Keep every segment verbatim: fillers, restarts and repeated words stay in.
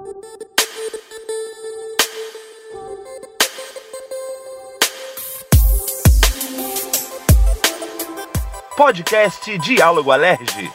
Podcast Diálogo Alerj.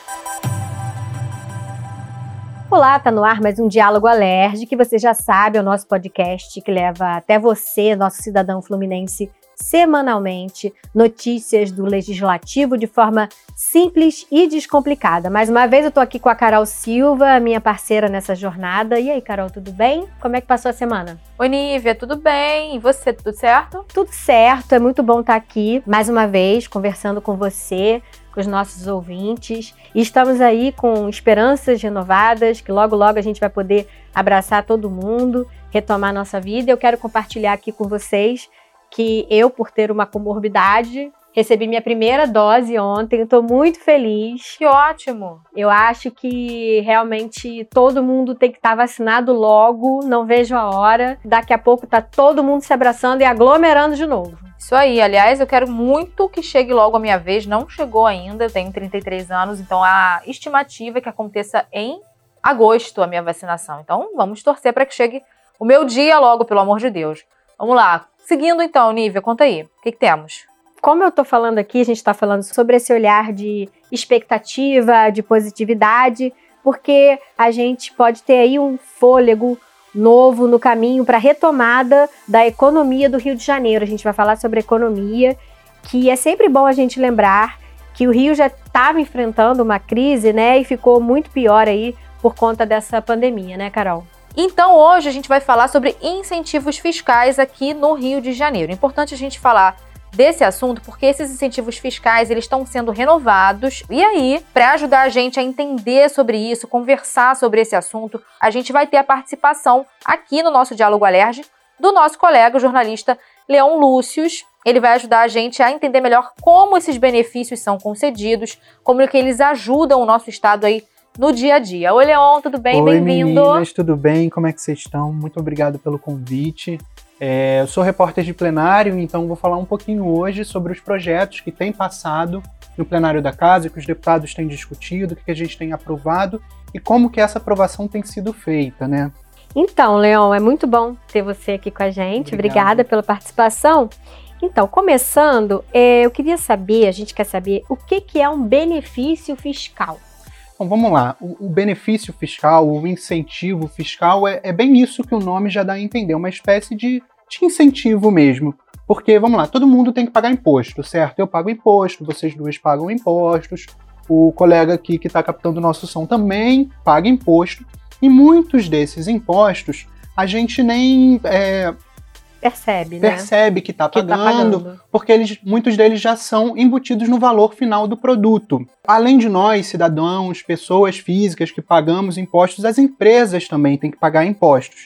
Olá, tá no ar mais um Diálogo Alerj, que você já sabe, é o nosso podcast que leva até você, nosso cidadão fluminense, semanalmente, notícias do Legislativo de forma simples e descomplicada. Mais uma vez eu tô aqui com a Carol Silva, minha parceira nessa jornada. E aí, Carol, tudo bem? Como é que passou a semana? Oi, Nívia, tudo bem? E você, tudo certo? Tudo certo, é muito bom estar aqui, mais uma vez, conversando com você, com os nossos ouvintes. E estamos aí com esperanças renovadas, que logo, logo a gente vai poder abraçar todo mundo, retomar nossa vida. Eu quero compartilhar aqui com vocês que eu, por ter uma comorbidade, recebi minha primeira dose ontem, estou muito feliz. Que ótimo! Eu acho que realmente todo mundo tem que estar vacinado logo, não vejo a hora. Daqui a pouco tá todo mundo se abraçando e aglomerando de novo. Isso aí, aliás, eu quero muito que chegue logo a minha vez, não chegou ainda, eu tenho trinta e três anos, então a estimativa é que aconteça em agosto a minha vacinação. Então vamos torcer para que chegue o meu dia logo, pelo amor de Deus. Vamos lá. Seguindo então, Nívia, conta aí, o que, que temos? Como eu tô falando aqui, a gente está falando sobre esse olhar de expectativa, de positividade, porque a gente pode ter aí um fôlego novo no caminho para a retomada da economia do Rio de Janeiro. A gente vai falar sobre economia, que é sempre bom a gente lembrar que o Rio já estava enfrentando uma crise, né, e ficou muito pior aí por conta dessa pandemia, né, Carol? Então hoje a gente vai falar sobre incentivos fiscais aqui no Rio de Janeiro. É importante a gente falar desse assunto porque esses incentivos fiscais eles estão sendo renovados e aí, para ajudar a gente a entender sobre isso, conversar sobre esse assunto, a gente vai ter a participação aqui no nosso Diálogo Alerj do nosso colega o jornalista Leon Lúcius. Ele vai ajudar a gente a entender melhor como esses benefícios são concedidos, como que eles ajudam o nosso estado aí no dia a dia. Oi, Leon, tudo bem? Oi, Bem-vindo. Meninas, tudo bem? Como é que vocês estão? Muito obrigado pelo convite. É, eu sou repórter de plenário, então vou falar um pouquinho hoje sobre os projetos que têm passado no plenário da casa, que os deputados têm discutido, o que a gente tem aprovado e como que essa aprovação tem sido feita, né? Então, Leon, é muito bom ter você aqui com a gente. Obrigado. Obrigada pela participação. Então, começando, é, eu queria saber, a gente quer saber, o que, que é um benefício fiscal? Então vamos lá, o, o benefício fiscal, o incentivo fiscal é, é bem isso que o nome já dá a entender, uma espécie de, de incentivo mesmo. Porque, vamos lá, todo mundo tem que pagar imposto, certo? Eu pago imposto, vocês duas pagam impostos, o colega aqui que está captando o nosso som também paga imposto, e muitos desses impostos a gente nem é, percebe, né? percebe que está pagando, tá pagando, porque eles, muitos deles já são embutidos no valor final do produto. Além de nós, cidadãos, pessoas físicas que pagamos impostos, as empresas também têm que pagar impostos.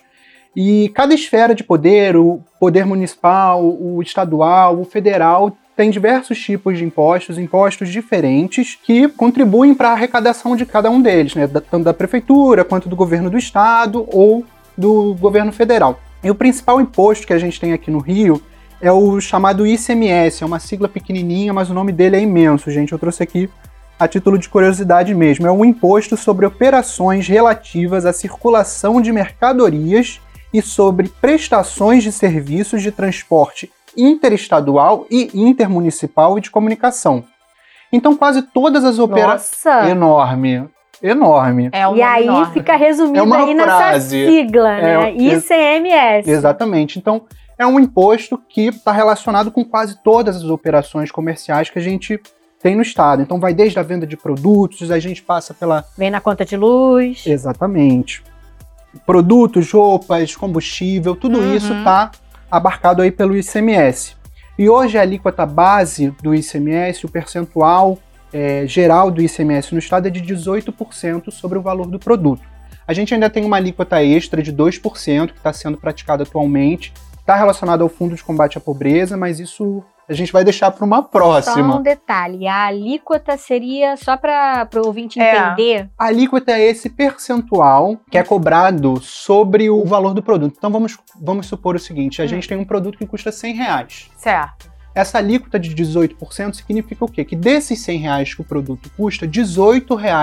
E cada esfera de poder, o poder municipal, o estadual, o federal, tem diversos tipos de impostos, impostos diferentes, que contribuem para a arrecadação de cada um deles, né? Tanto da prefeitura, quanto do governo do estado ou do governo federal. E o principal imposto que a gente tem aqui no Rio é o chamado I C M S, é uma sigla pequenininha, mas o nome dele é imenso, gente. Eu trouxe aqui a título de curiosidade mesmo. É um imposto sobre operações relativas à circulação de mercadorias e sobre prestações de serviços de transporte interestadual e intermunicipal e de comunicação. Então quase todas as operações... Nossa! Enorme. Enorme. É um E aí enorme. fica resumido É uma aí nessa frase. sigla, né? É, I C M S. Exatamente. Então, é um imposto que está relacionado com quase todas as operações comerciais que a gente tem no estado. Então, vai desde a venda de produtos, a gente passa pela... Vem na conta de luz. Exatamente. Produtos, roupas, combustível, tudo Uhum. isso está abarcado aí pelo I C M S. E hoje a alíquota base do I C M S, o percentual é, geral do I C M S no estado é de dezoito por cento sobre o valor do produto. A gente ainda tem uma alíquota extra de dois por cento que está sendo praticada atualmente, está relacionado ao Fundo de Combate à Pobreza, mas isso a gente vai deixar para uma próxima. Só um detalhe, a alíquota seria, só para o ouvinte É. entender... A alíquota é esse percentual que é cobrado sobre o valor do produto. Então vamos, vamos supor o seguinte, a Hum. gente tem um produto que custa cem reais. Certo. Essa alíquota de dezoito por cento significa o quê? Que desses cem reais que o produto custa, dezoito reais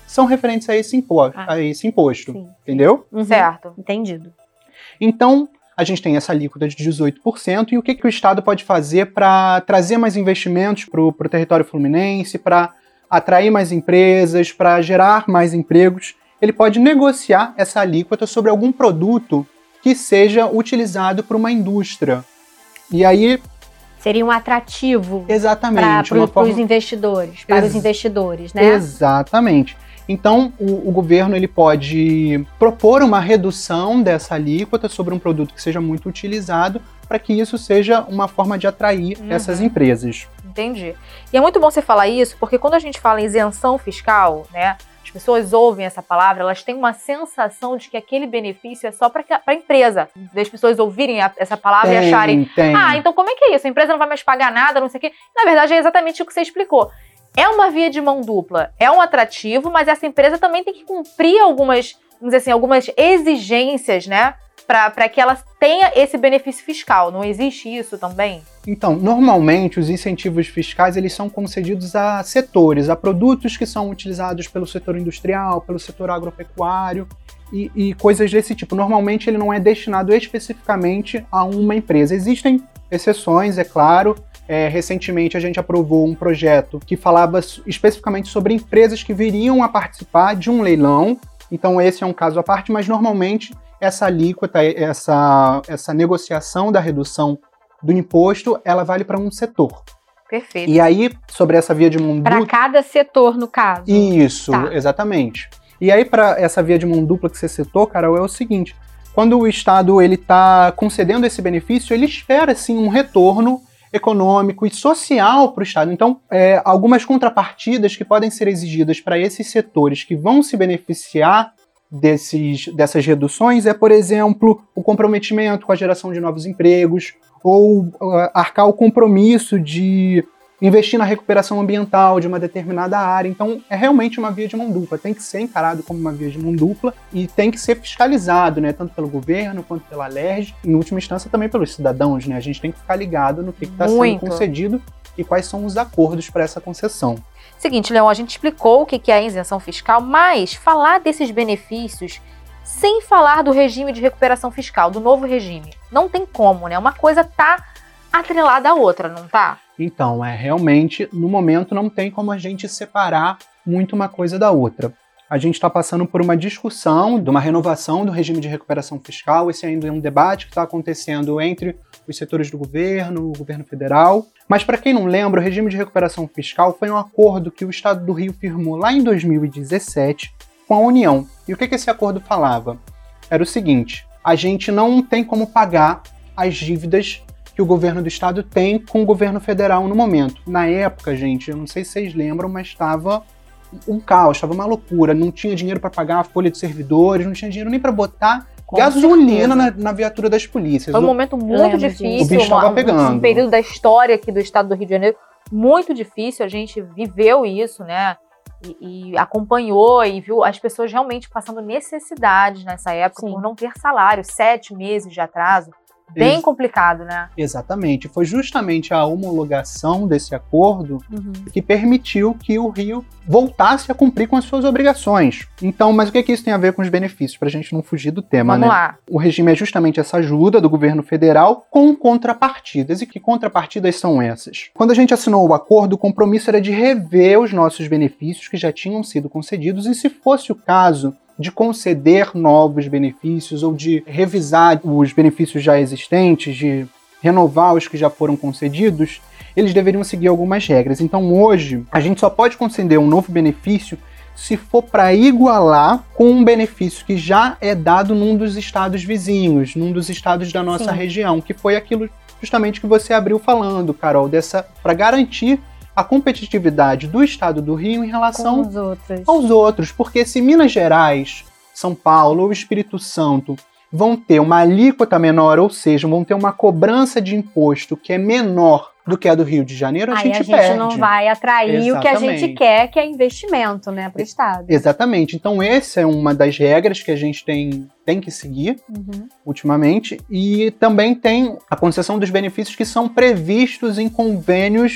são referentes a esse imposto, Ah. a esse imposto Sim. entendeu? Uhum. Certo. Entendido. Então, a gente tem essa alíquota de dezoito por cento, e o que, que o Estado pode fazer para trazer mais investimentos para o território fluminense, para atrair mais empresas, para gerar mais empregos? Ele pode negociar essa alíquota sobre algum produto que seja utilizado por uma indústria. E aí, Seria um atrativo exatamente, para uma os forma... investidores, para Ex- os investidores, né? Exatamente. Então, o, o governo ele pode propor uma redução dessa alíquota sobre um produto que seja muito utilizado, para que isso seja uma forma de atrair Uhum. essas empresas. Entendi. E é muito bom você falar isso, porque quando a gente fala em isenção fiscal, né, as pessoas ouvem essa palavra, elas têm uma sensação de que aquele benefício é só para a empresa. Das pessoas ouvirem a, essa palavra e acharem, tem. ah, então como é que é isso? A empresa não vai mais pagar nada, não sei o quê. Na verdade, é exatamente o que você explicou. É uma via de mão dupla, é um atrativo, mas essa empresa também tem que cumprir algumas, vamos dizer assim, algumas exigências, né? Para que ela tenha esse benefício fiscal. Não existe isso também? Então, normalmente, os incentivos fiscais eles são concedidos a setores, a produtos que são utilizados pelo setor industrial, pelo setor agropecuário e, e coisas desse tipo. Normalmente, ele não é destinado especificamente a uma empresa. Existem exceções, é claro. É, recentemente, a gente aprovou um projeto que falava especificamente sobre empresas que viriam a participar de um leilão. Então, esse é um caso à parte, mas normalmente essa alíquota, essa, essa negociação da redução do imposto, ela vale para um setor. Perfeito. E aí, sobre essa via de mão Para dupla... cada setor, no caso. Isso, Tá. exatamente. E aí, para essa via de mão dupla que você citou, Carol, é o seguinte: quando o Estado está concedendo esse benefício, ele espera, sim, um retorno econômico e social para o Estado. Então, é, algumas contrapartidas que podem ser exigidas para esses setores que vão se beneficiar desses, dessas reduções é, por exemplo, o comprometimento com a geração de novos empregos, ou uh, arcar o compromisso de investir na recuperação ambiental de uma determinada área. Então, é realmente uma via de mão dupla. Tem que ser encarado como uma via de mão dupla e tem que ser fiscalizado, né? Tanto pelo governo quanto pela Alerj, em última instância também pelos cidadãos, né? A gente tem que ficar ligado no que está sendo Muito. concedido e quais são os acordos para essa concessão. Seguinte, Leon, a gente explicou o que é a isenção fiscal, mas falar desses benefícios sem falar do regime de recuperação fiscal, do novo regime, não tem como, né? Uma coisa tá atrelada à outra, não tá? Então, é realmente, no momento, não tem como a gente separar muito uma coisa da outra. A gente está passando por uma discussão de uma renovação do regime de recuperação fiscal. Esse ainda é um debate que está acontecendo entre os setores do governo, o governo federal. Mas, para quem não lembra, o regime de recuperação fiscal foi um acordo que o Estado do Rio firmou lá em dois mil e dezessete com a União. E o que, que esse acordo falava? Era o seguinte: a gente não tem como pagar as dívidas que o governo do estado tem com o governo federal no momento. Na época, gente, eu não sei se vocês lembram, mas estava um caos, estava uma loucura. Não tinha dinheiro para pagar a folha de servidores, não tinha dinheiro nem para botar Com gasolina na, certeza. na viatura das polícias. Foi um O- momento muito lembro disso. difícil, O bicho uma- tava um- pegando. um período da história aqui do estado do Rio de Janeiro muito difícil, a gente viveu isso, né? E, e acompanhou e viu as pessoas realmente passando necessidades nessa época Sim. por não ter salário, sete meses de atraso. Bem Ex- complicado, né? Exatamente. Foi justamente a homologação desse acordo Uhum. que permitiu que o Rio voltasse a cumprir com as suas obrigações. Então, mas o que, que isso tem a ver com os benefícios, para a gente não fugir do tema, Vamos né? lá. O regime é justamente essa ajuda do governo federal com contrapartidas. E que contrapartidas são essas? Quando a gente assinou o acordo, o compromisso era de rever os nossos benefícios que já tinham sido concedidos e, se fosse o caso, de conceder novos benefícios ou de revisar os benefícios já existentes, de renovar os que já foram concedidos, eles deveriam seguir algumas regras. Então, hoje, a gente só pode conceder um novo benefício se for para igualar com um benefício que já é dado num dos estados vizinhos, num dos estados da nossa Sim. região, que foi aquilo justamente que você abriu falando, Carol, dessa para garantir a competitividade do estado do Rio em relação Com os outros. aos outros, porque se Minas Gerais, São Paulo ou Espírito Santo vão ter uma alíquota menor, ou seja, vão ter uma cobrança de imposto que é menor do que a do Rio de Janeiro, a Aí gente a gente perde. não vai atrair o que a gente Exatamente. quer, que é investimento, né, para o Estado. Exatamente. Então, essa é uma das regras que a gente tem, tem que seguir Uhum. ultimamente. E também tem a concessão dos benefícios que são previstos em convênios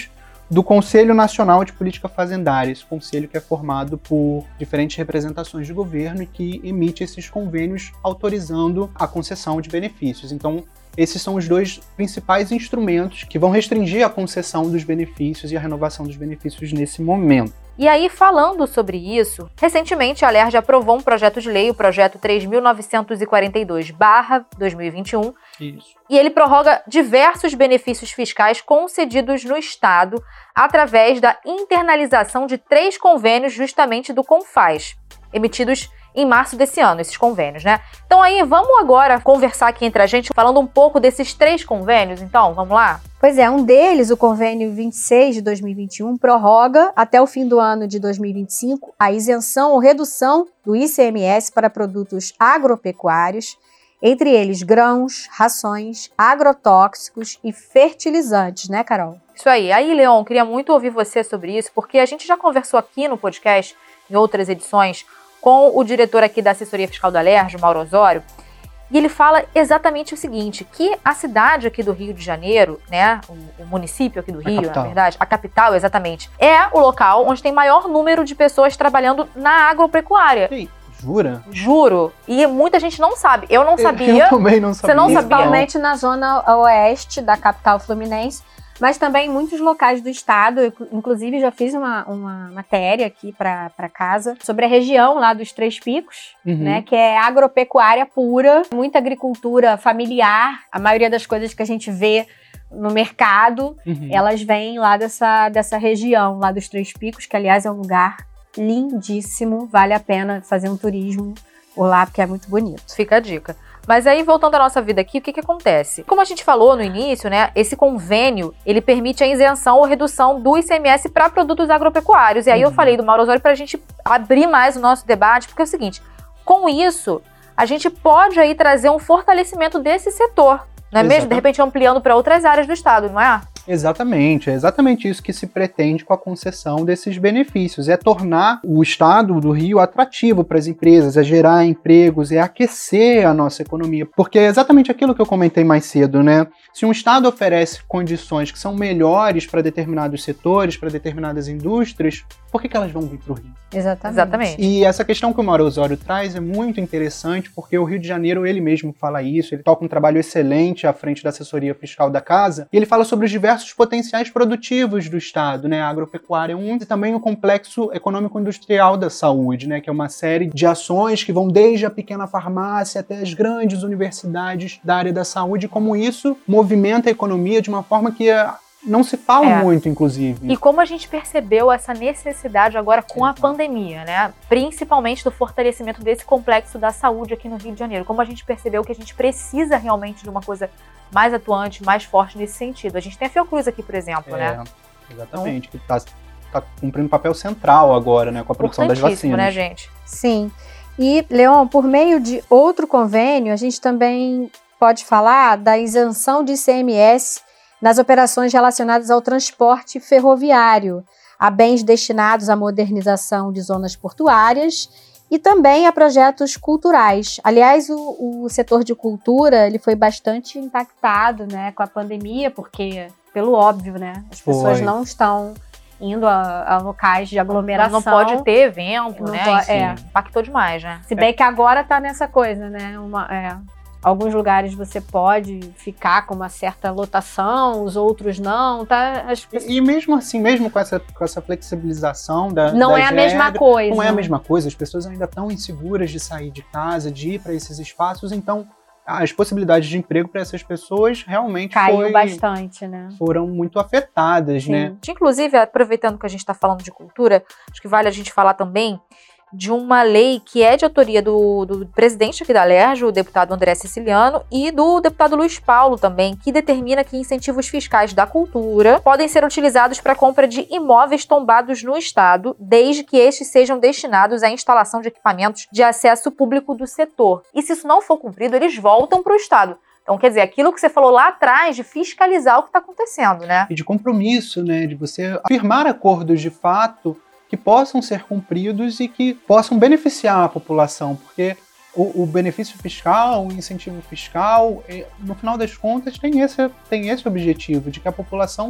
do Conselho Nacional de Política Fazendária, esse conselho que é formado por diferentes representações de governo e que emite esses convênios autorizando a concessão de benefícios. Então, esses são os dois principais instrumentos que vão restringir a concessão dos benefícios e a renovação dos benefícios nesse momento. E aí, falando sobre isso, recentemente a Alerj aprovou um projeto de lei, o projeto três mil novecentos e quarenta e dois barra dois mil e vinte e um, Isso. e ele prorroga diversos benefícios fiscais concedidos no Estado através da internalização de três convênios justamente do CONFAZ, emitidos em março desse ano, esses convênios, né? Então aí, vamos agora conversar aqui entre a gente, falando um pouco desses três convênios, então, vamos lá? Pois é, um deles, o convênio vinte e seis de dois mil e vinte e um, prorroga até o fim do ano de dois mil e vinte e cinco a isenção ou redução do I C M S para produtos agropecuários, entre eles grãos, rações, agrotóxicos e fertilizantes, né, Carol? Isso aí. Aí, Leon, queria muito ouvir você sobre isso, porque a gente já conversou aqui no podcast, em outras edições, com o diretor aqui da assessoria fiscal da Alerj, Mauro Osório, e ele fala exatamente o seguinte, que a cidade aqui do Rio de Janeiro, né, o, o município aqui do Rio, na verdade, a capital exatamente, é o local onde tem maior número de pessoas trabalhando na agropecuária. Ei, jura? Juro. E muita gente não sabe. Eu não sabia. Eu também não sabia. Você não sabia? Principalmente na zona oeste da capital fluminense, mas também em muitos locais do estado. Eu, inclusive, já fiz uma, uma matéria aqui para casa sobre a região lá dos Três Picos, Uhum. né, que é agropecuária pura, muita agricultura familiar. A maioria das coisas que a gente vê no mercado, Uhum. elas vêm lá dessa, dessa região, lá dos Três Picos, que, aliás, é um lugar lindíssimo. Vale a pena fazer um turismo por lá, porque é muito bonito. Fica a dica. Mas aí, voltando à nossa vida aqui, o que que acontece? Como a gente falou no início, né, esse convênio, ele permite a isenção ou redução do I C M S para produtos agropecuários. E aí Uhum. eu falei do Mauro Osório para a gente abrir mais o nosso debate, porque é o seguinte, com isso, a gente pode aí trazer um fortalecimento desse setor, não é mesmo? De repente ampliando para outras áreas do estado, não é? Exatamente, é exatamente isso que se pretende com a concessão desses benefícios, é tornar o estado do Rio atrativo para as empresas, é gerar empregos, é aquecer a nossa economia, porque é exatamente aquilo que eu comentei mais cedo, né? Se um estado oferece condições que são melhores para determinados setores, para determinadas indústrias, por que que elas vão vir para o Rio? Exatamente. Exatamente. E essa questão que o Mauro Osório traz é muito interessante, porque o Rio de Janeiro, ele mesmo fala isso, ele toca um trabalho excelente à frente da assessoria fiscal da casa, e ele fala sobre os diversos potenciais produtivos do estado, né? A agropecuária é um, e também o complexo econômico-industrial da saúde, né? Que é uma série de ações que vão desde a pequena farmácia até as grandes universidades da área da saúde, como isso movimenta a economia de uma forma que não se fala É. muito, inclusive. E como a gente percebeu essa necessidade agora com a Exato. pandemia, né? Principalmente do fortalecimento desse complexo da saúde aqui no Rio de Janeiro. Como a gente percebeu que a gente precisa realmente de uma coisa mais atuante, mais forte nesse sentido. A gente tem a Fiocruz aqui, por exemplo, É, né? exatamente, que está tá cumprindo um papel central agora, né? Com a produção das Importantíssimo, vacinas. né, gente? Sim. E, Leon, por meio de outro convênio, a gente também pode falar da isenção de I C M S nas operações relacionadas ao transporte ferroviário, a bens destinados à modernização de zonas portuárias e também a projetos culturais. Aliás, o, o setor de cultura ele foi bastante impactado, né, com a pandemia, porque, pelo óbvio, né, as Foi. pessoas não estão indo a, a locais de aglomeração. Não pode ter evento, Não né? pode- Enfim, é. impactou demais, né? Se bem que agora tá nessa coisa, né? Uma, é, alguns lugares você pode ficar com uma certa lotação, os outros não, tá? As pessoas- E, e mesmo assim, mesmo com essa, com essa flexibilização da não das é a mesma regras, coisa. não é a mesma coisa, as pessoas ainda estão inseguras de sair de casa, de ir para esses espaços, então as possibilidades de emprego para essas pessoas realmente Caiu foi- bastante, né? foram muito afetadas, Sim. né? Inclusive, aproveitando que a gente está falando de cultura, acho que vale a gente falar também de uma lei que é de autoria do, do presidente aqui da Alerj, o deputado André Siciliano, e do deputado Luiz Paulo também, que determina que incentivos fiscais da cultura podem ser utilizados para a compra de imóveis tombados no Estado, desde que estes sejam destinados à instalação de equipamentos de acesso público do setor. E se isso não for cumprido, eles voltam para o Estado. Então, quer dizer, aquilo que você falou lá atrás de fiscalizar o que está acontecendo, né? E de compromisso, né? De você firmar acordos de fato que possam ser cumpridos e que possam beneficiar a população, porque o, o benefício fiscal, o incentivo fiscal, no final das contas, tem esse, tem esse objetivo, de que a população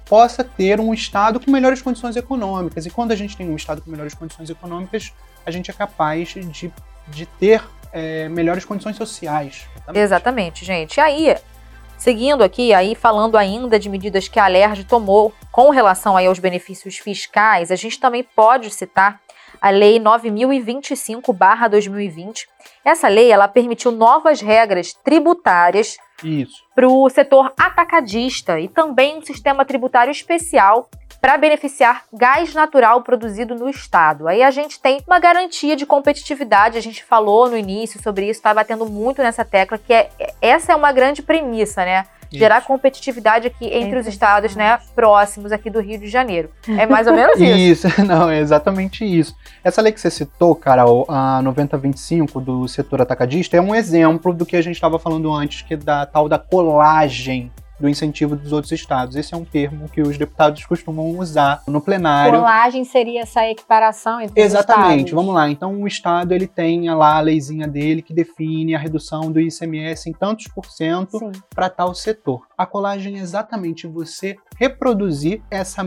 possa ter um Estado com melhores condições econômicas. E quando a gente tem um Estado com melhores condições econômicas, a gente é capaz de, de ter é, melhores condições sociais. Exatamente. Exatamente, gente. E aí, seguindo aqui, aí falando ainda de medidas que a Alerj tomou com relação aí aos benefícios fiscais, a gente também pode citar a Lei nove mil e vinte e cinco barra dois mil e vinte. Essa lei, ela permitiu novas regras tributárias para o setor atacadista e também um sistema tributário especial para beneficiar gás natural produzido no estado. Aí a gente tem uma garantia de competitividade, a gente falou no início sobre isso, está batendo muito nessa tecla, que é, essa é uma grande premissa, né? Gerar isso. Competitividade aqui entre, entre os estados, né, próximos aqui do Rio de Janeiro. É mais ou menos isso. Isso, não, é exatamente isso. Essa lei que você citou, Carol, a noventa vinte e cinco do setor atacadista, é um exemplo do que a gente estava falando antes, que é da tal da colagem do incentivo dos outros estados. Esse é um termo que os deputados costumam usar no plenário. Colagem seria essa equiparação entre Exatamente. os estados. Vamos lá. Então, o estado ele tem lá a leizinha dele que define a redução do I C M S em tantos por cento para tal setor. A colagem é exatamente você reproduzir essa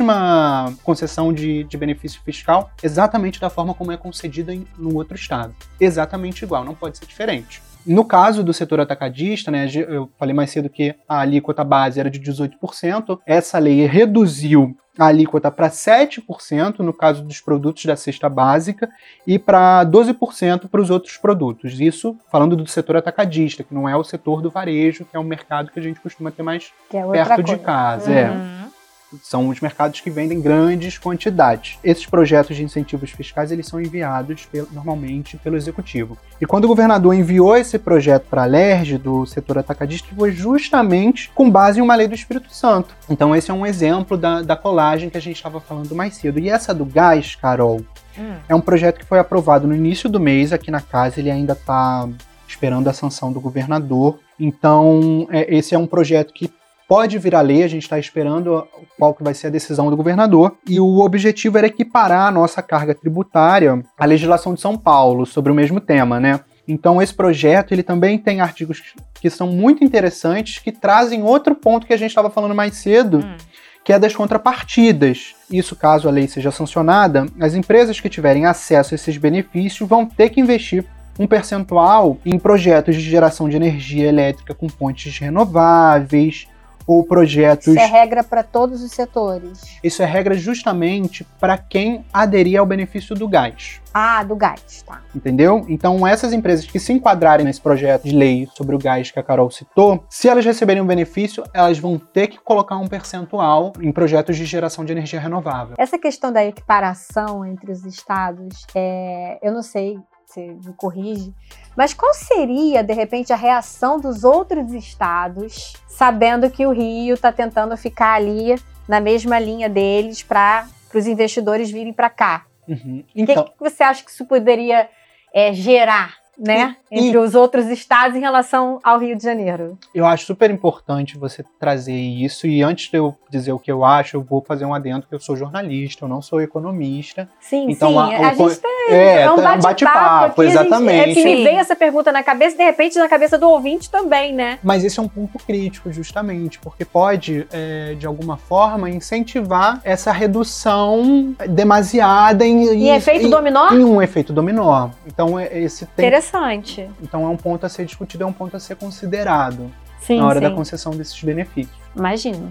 mesma concessão de, de benefício fiscal exatamente da forma como é concedida em, no outro estado. Exatamente igual, não pode ser diferente. No caso do setor atacadista, né, eu falei mais cedo que a alíquota base era de dezoito por cento, essa lei reduziu a alíquota para sete por cento no caso dos produtos da cesta básica e para doze por cento para os outros produtos. Isso falando do setor atacadista, que não é o setor do varejo, que é um mercado que a gente costuma ter mais é perto de casa. Uhum. É. São os mercados que vendem grandes quantidades. Esses projetos de incentivos fiscais eles são enviados pelo, normalmente pelo Executivo. E quando o governador enviou esse projeto para a Alerj do setor atacadista, foi justamente com base em uma lei do Espírito Santo. Então esse é um exemplo da, da colagem que a gente estava falando mais cedo. E essa do gás, Carol, hum. é um projeto que foi aprovado no início do mês aqui na casa, ele ainda está esperando a sanção do governador. Então é, esse é um projeto que pode virar lei, a gente está esperando qual que vai ser a decisão do governador, e o objetivo era equiparar a nossa carga tributária à legislação de São Paulo sobre o mesmo tema, né? Então esse projeto ele também tem artigos que são muito interessantes, que trazem outro ponto que a gente estava falando mais cedo, hum. que é das contrapartidas. Isso, caso a lei seja sancionada, as empresas que tiverem acesso a esses benefícios vão ter que investir um percentual em projetos de geração de energia elétrica com fontes renováveis, ou projetos... Isso é regra para todos os setores? Isso é regra justamente para quem aderir ao benefício do gás. Ah, do gás, tá. Entendeu? Então, essas empresas que se enquadrarem nesse projeto de lei sobre o gás que a Carol citou, se elas receberem um benefício, elas vão ter que colocar um percentual em projetos de geração de energia renovável. Essa questão da equiparação entre os estados, é... eu não sei... você me corrige, mas qual seria, de repente, a reação dos outros estados, sabendo que o Rio está tentando ficar ali na mesma linha deles para os investidores virem para cá? O uhum. então, que, que você acha que isso poderia é, gerar, né, e, entre e, os outros estados em relação ao Rio de Janeiro? Eu acho super importante você trazer isso, e antes de eu dizer o que eu acho, eu vou fazer um adendo que eu sou jornalista, eu não sou economista. Sim, então, sim, a, a o, gente tem é, é um bate-papo, bate-papo exatamente. Gente, é que me veio essa pergunta na cabeça, de repente na cabeça do ouvinte também, né? Mas esse é um ponto crítico, justamente, porque pode, é, de alguma forma, incentivar essa redução demasiada em... Em, em efeito em, dominó? Em um efeito dominó. Então, esse tem... Interessante. Então, é um ponto a ser discutido, é um ponto a ser considerado sim, na hora sim. da concessão desses benefícios. Imagino.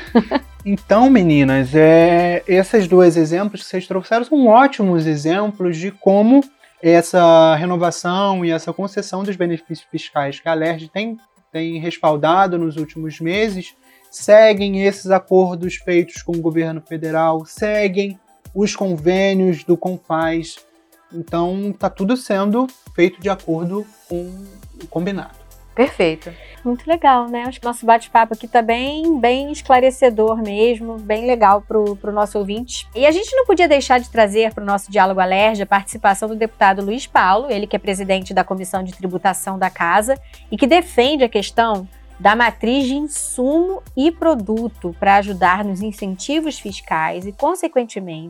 Então, meninas, é, esses dois exemplos que vocês trouxeram são ótimos exemplos de como essa renovação e essa concessão dos benefícios fiscais que a Alerj tem, tem respaldado nos últimos meses seguem esses acordos feitos com o governo federal, seguem os convênios do CONFAZ. Então, está tudo sendo feito de acordo com o combinado. Perfeito. Muito legal, né? Acho que o nosso bate-papo aqui tá bem, bem esclarecedor mesmo, bem legal pro, pro nosso ouvinte. E a gente não podia deixar de trazer para o nosso Diálogo Alerj a participação do deputado Luiz Paulo, ele que é presidente da Comissão de Tributação da Casa e que defende a questão da matriz de insumo e produto para ajudar nos incentivos fiscais e, consequentemente,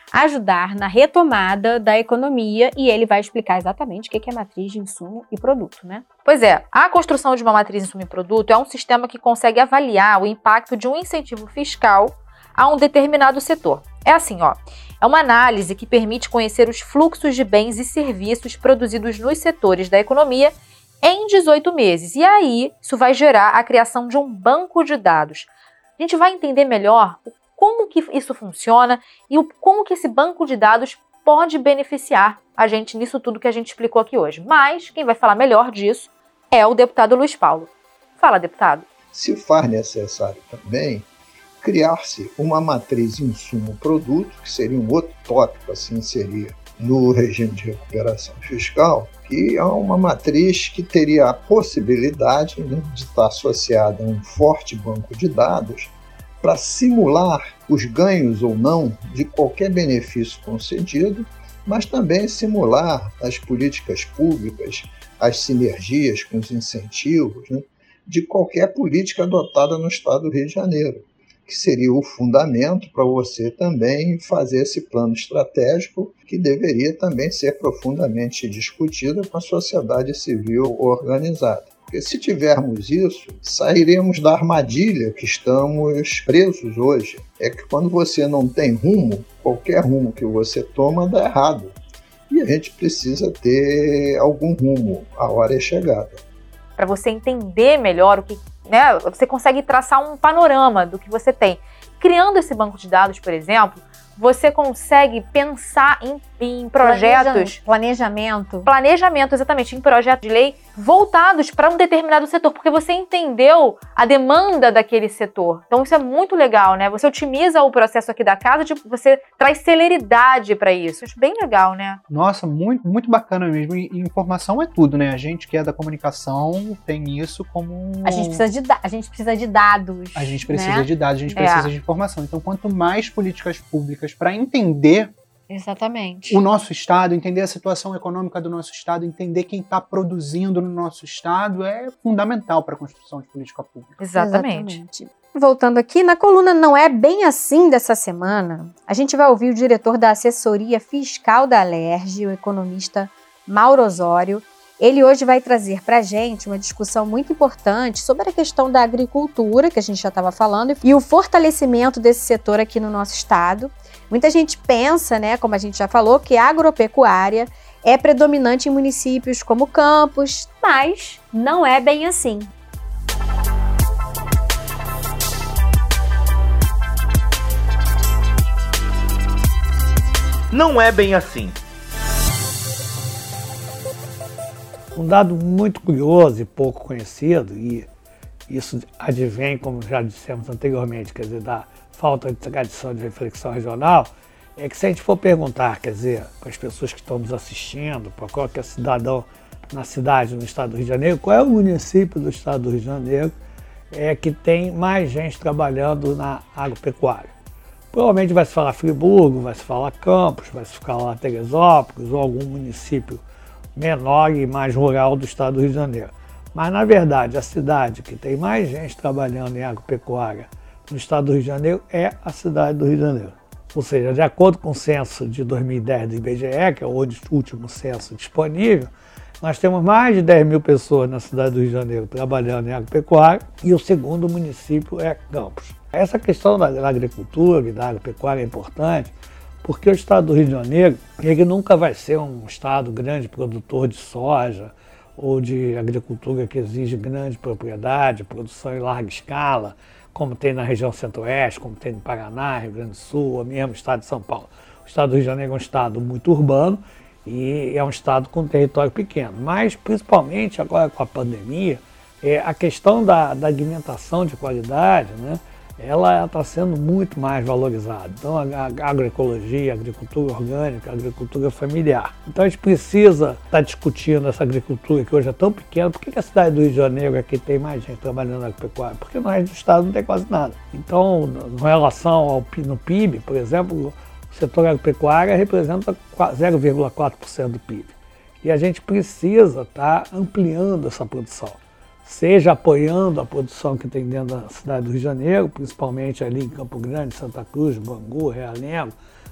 ajudar na retomada da economia e ele vai explicar exatamente o que é matriz de insumo e produto, né? Pois é, a construção de uma matriz de insumo e produto é um sistema que consegue avaliar o impacto de um incentivo fiscal a um determinado setor. É assim, ó, é uma análise que permite conhecer os fluxos de bens e serviços produzidos nos setores da economia em dezoito meses. E aí, isso vai gerar a criação de um banco de dados. A gente vai entender melhor como que isso funciona e o, como que esse banco de dados pode beneficiar a gente nisso tudo que a gente explicou aqui hoje. Mas quem vai falar melhor disso é o deputado Luiz Paulo. Fala, deputado. Se faz necessário também criar-se uma matriz insumo-produto, que seria um outro tópico, assim seria no regime de recuperação fiscal, que é uma matriz que teria a possibilidade, né, de estar associada a um forte banco de dados para simular os ganhos ou não de qualquer benefício concedido, mas também simular as políticas públicas, as sinergias com os incentivos, né, de qualquer política adotada no Estado do Rio de Janeiro, que seria o fundamento para você também fazer esse plano estratégico que deveria também ser profundamente discutido com a sociedade civil organizada. Porque se tivermos isso, sairemos da armadilha que estamos presos hoje. É que quando você não tem rumo, qualquer rumo que você toma dá errado. E a gente precisa ter algum rumo, a hora é chegada. Para você entender melhor o que, né, você consegue traçar um panorama do que você tem. Criando esse banco de dados, por exemplo, você consegue pensar em, em projetos... Planejamento. Planejamento, exatamente, em projetos de lei voltados para um determinado setor, porque você entendeu a demanda daquele setor. Então isso é muito legal, né? Você otimiza o processo aqui da casa, tipo, você traz celeridade para isso. Acho bem legal, né? Nossa, muito, muito bacana mesmo. E informação é tudo, né? A gente que é da comunicação tem isso como... A gente precisa de, da- a gente precisa de dados. A gente precisa né? de dados, a gente É. precisa de informação. Então, quanto mais políticas públicas para entender Exatamente. o nosso estado, entender a situação econômica do nosso estado, entender quem está produzindo no nosso estado é fundamental para a construção de política pública. Exatamente. Exatamente. Voltando aqui, na coluna Não É Bem Assim dessa semana, a gente vai ouvir o diretor da assessoria fiscal da Alerj, o economista Mauro Osório. Ele hoje vai trazer para a gente uma discussão muito importante sobre a questão da agricultura, que a gente já estava falando, e o fortalecimento desse setor aqui no nosso estado. Muita gente pensa, né, como a gente já falou, que a agropecuária é predominante em municípios como Campos, mas não é bem assim. Não é bem assim. Um dado muito curioso e pouco conhecido, e isso advém, como já dissemos anteriormente, quer dizer, da falta de tradição de reflexão regional, é que se a gente for perguntar, quer dizer, para as pessoas que estão nos assistindo, para qualquer cidadão na cidade, no estado do Rio de Janeiro, qual é o município do estado do Rio de Janeiro é, que tem mais gente trabalhando na agropecuária? Provavelmente vai se falar Friburgo, vai se falar Campos, vai se falar Teresópolis ou algum município menor e mais rural do estado do Rio de Janeiro. Mas, na verdade, a cidade que tem mais gente trabalhando em agropecuária no estado do Rio de Janeiro é a cidade do Rio de Janeiro. Ou seja, de acordo com o censo de dois mil e dez do I B G E, que é o último censo disponível, nós temos mais de dez mil pessoas na cidade do Rio de Janeiro trabalhando em agropecuária e o segundo município é Campos. Essa questão da, da agricultura e da agropecuária é importante porque o estado do Rio de Janeiro ele nunca vai ser um estado grande produtor de soja ou de agricultura que exige grande propriedade, produção em larga escala, como tem na região centro-oeste, como tem no Paraná, Rio Grande do Sul, ou mesmo o estado de São Paulo. O estado do Rio de Janeiro é um estado muito urbano e é um estado com território pequeno. Mas, principalmente agora com a pandemia, é, a questão da, da alimentação de qualidade, né, ela está sendo muito mais valorizada. Então, a, a agroecologia, a agricultura orgânica, a agricultura familiar. Então, a gente precisa estar discutindo essa agricultura que hoje é tão pequena. Por que, que a cidade do Rio de Janeiro é que tem mais gente trabalhando na agropecuária? Porque no resto do estado não tem quase nada. Então, em relação ao no P I B, por exemplo, o setor agropecuário representa zero vírgula quatro por cento do P I B. E a gente precisa estar ampliando essa produção. Seja apoiando a produção que tem dentro da cidade do Rio de Janeiro, principalmente ali em Campo Grande, Santa Cruz, Bangu, Realengo,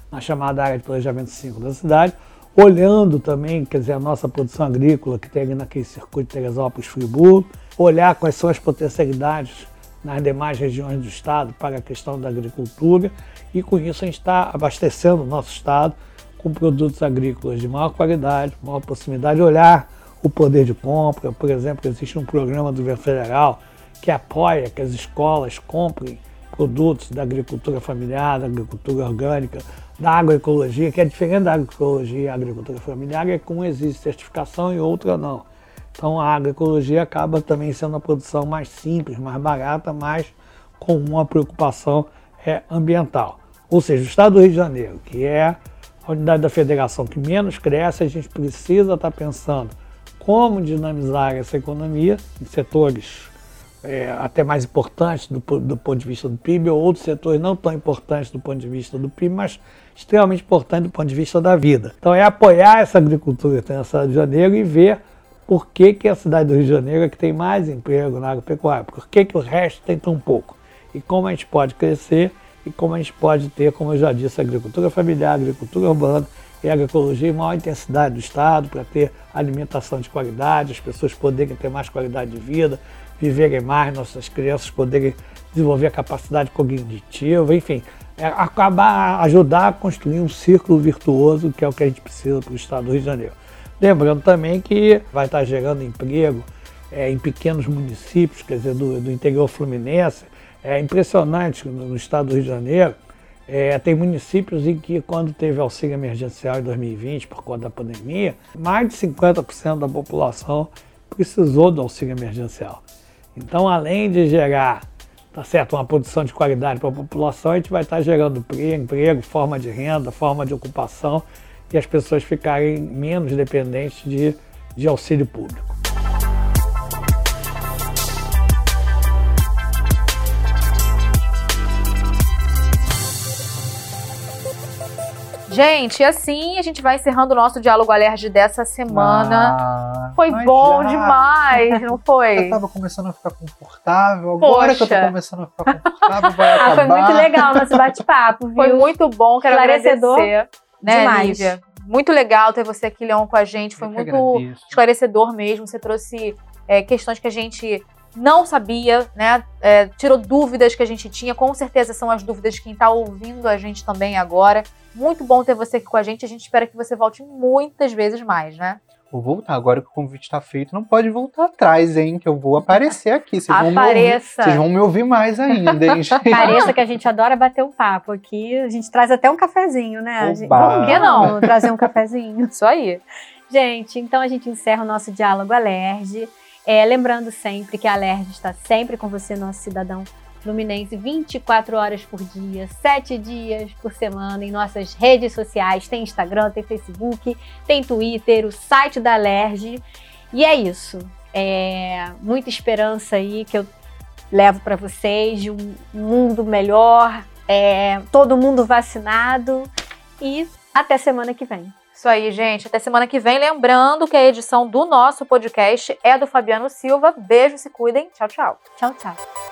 na chamada área de planejamento cinco da cidade, olhando também, quer dizer, a nossa produção agrícola que tem ali naquele circuito de Teresópolis-Friburgo, olhar quais são as potencialidades nas demais regiões do estado para a questão da agricultura, e com isso a gente está abastecendo o nosso estado com produtos agrícolas de maior qualidade, maior proximidade, olhar o poder de compra. Por exemplo, existe um programa do governo federal que apoia que as escolas comprem produtos da agricultura familiar, da agricultura orgânica, da agroecologia, que é diferente da agroecologia e a agricultura familiar, é que um existe certificação e outra não. Então a agroecologia acaba também sendo uma produção mais simples, mais barata, mas com uma preocupação é, ambiental. Ou seja, o estado do Rio de Janeiro, que é a unidade da federação que menos cresce, a gente precisa estar pensando como dinamizar essa economia em setores é, até mais importantes do, do ponto de vista do P I B, ou outros setores não tão importantes do ponto de vista do P I B, mas extremamente importantes do ponto de vista da vida. Então é apoiar essa agricultura que tem na cidade do Rio de Janeiro e ver por que, que a cidade do Rio de Janeiro é que tem mais emprego na agropecuária, por que, que o resto tem tão pouco, e como a gente pode crescer e como a gente pode ter, como eu já disse, agricultura familiar, agricultura urbana e agroecologia em maior intensidade do estado, para ter alimentação de qualidade, as pessoas poderem ter mais qualidade de vida, viverem mais, nossas crianças poderem desenvolver a capacidade cognitiva, enfim, é, acabar, ajudar a construir um círculo virtuoso, que é o que a gente precisa para o estado do Rio de Janeiro. Lembrando também que vai estar gerando emprego é, em pequenos municípios, quer dizer, do, do interior fluminense. É impressionante, no estado do Rio de Janeiro, é, tem municípios em que, quando teve auxílio emergencial em dois mil e vinte, por conta da pandemia, mais de cinquenta por cento da população precisou do auxílio emergencial. Então, além de gerar, tá certo, uma produção de qualidade para a população, a gente vai estar gerando emprego, emprego, forma de renda, forma de ocupação, e as pessoas ficarem menos dependentes de, de auxílio público. Gente, assim a gente vai encerrando o nosso Diálogo Alerj dessa semana. Ah, foi bom já. demais, não foi? Eu tava começando a ficar confortável, agora Poxa. que eu tô começando a ficar confortável, vai Ah, acabar. foi muito legal o nosso bate-papo, viu? Foi muito bom, quero Esclarecedor agradecer. Né, demais. Lívia? Muito legal ter você aqui, Leão, com a gente. Foi Eu que muito agradeço. esclarecedor mesmo. Você trouxe é, questões que a gente não sabia, né? É, tirou dúvidas que a gente tinha. Com certeza são as dúvidas de quem está ouvindo a gente também agora. Muito bom ter você aqui com a gente. A gente espera que você volte muitas vezes mais, né? Vou voltar, agora que o convite está feito, não pode voltar atrás, hein? Que eu vou aparecer aqui. Vocês vão me ouvir, Apareça. vocês vão me ouvir mais ainda, hein, gente? Pareça que a gente adora bater um papo aqui. A gente traz até um cafezinho, né? A gente, Oba. por que não trazer um cafezinho? Isso aí. Gente, então a gente encerra o nosso Diálogo Alerj. É, lembrando sempre que a Alerj está sempre com você, nosso cidadão fluminense, vinte e quatro horas por dia, sete dias por semana, em nossas redes sociais. Tem Instagram, tem Facebook, tem Twitter, o site da Alerj. E é isso. É, muita esperança aí que eu levo para vocês de um mundo melhor, é, todo mundo vacinado, e até semana que vem. Isso aí, gente. Até semana que vem. Lembrando que a edição do nosso podcast é do Fabiano Silva. Beijo, se cuidem. Tchau, tchau. Tchau, tchau.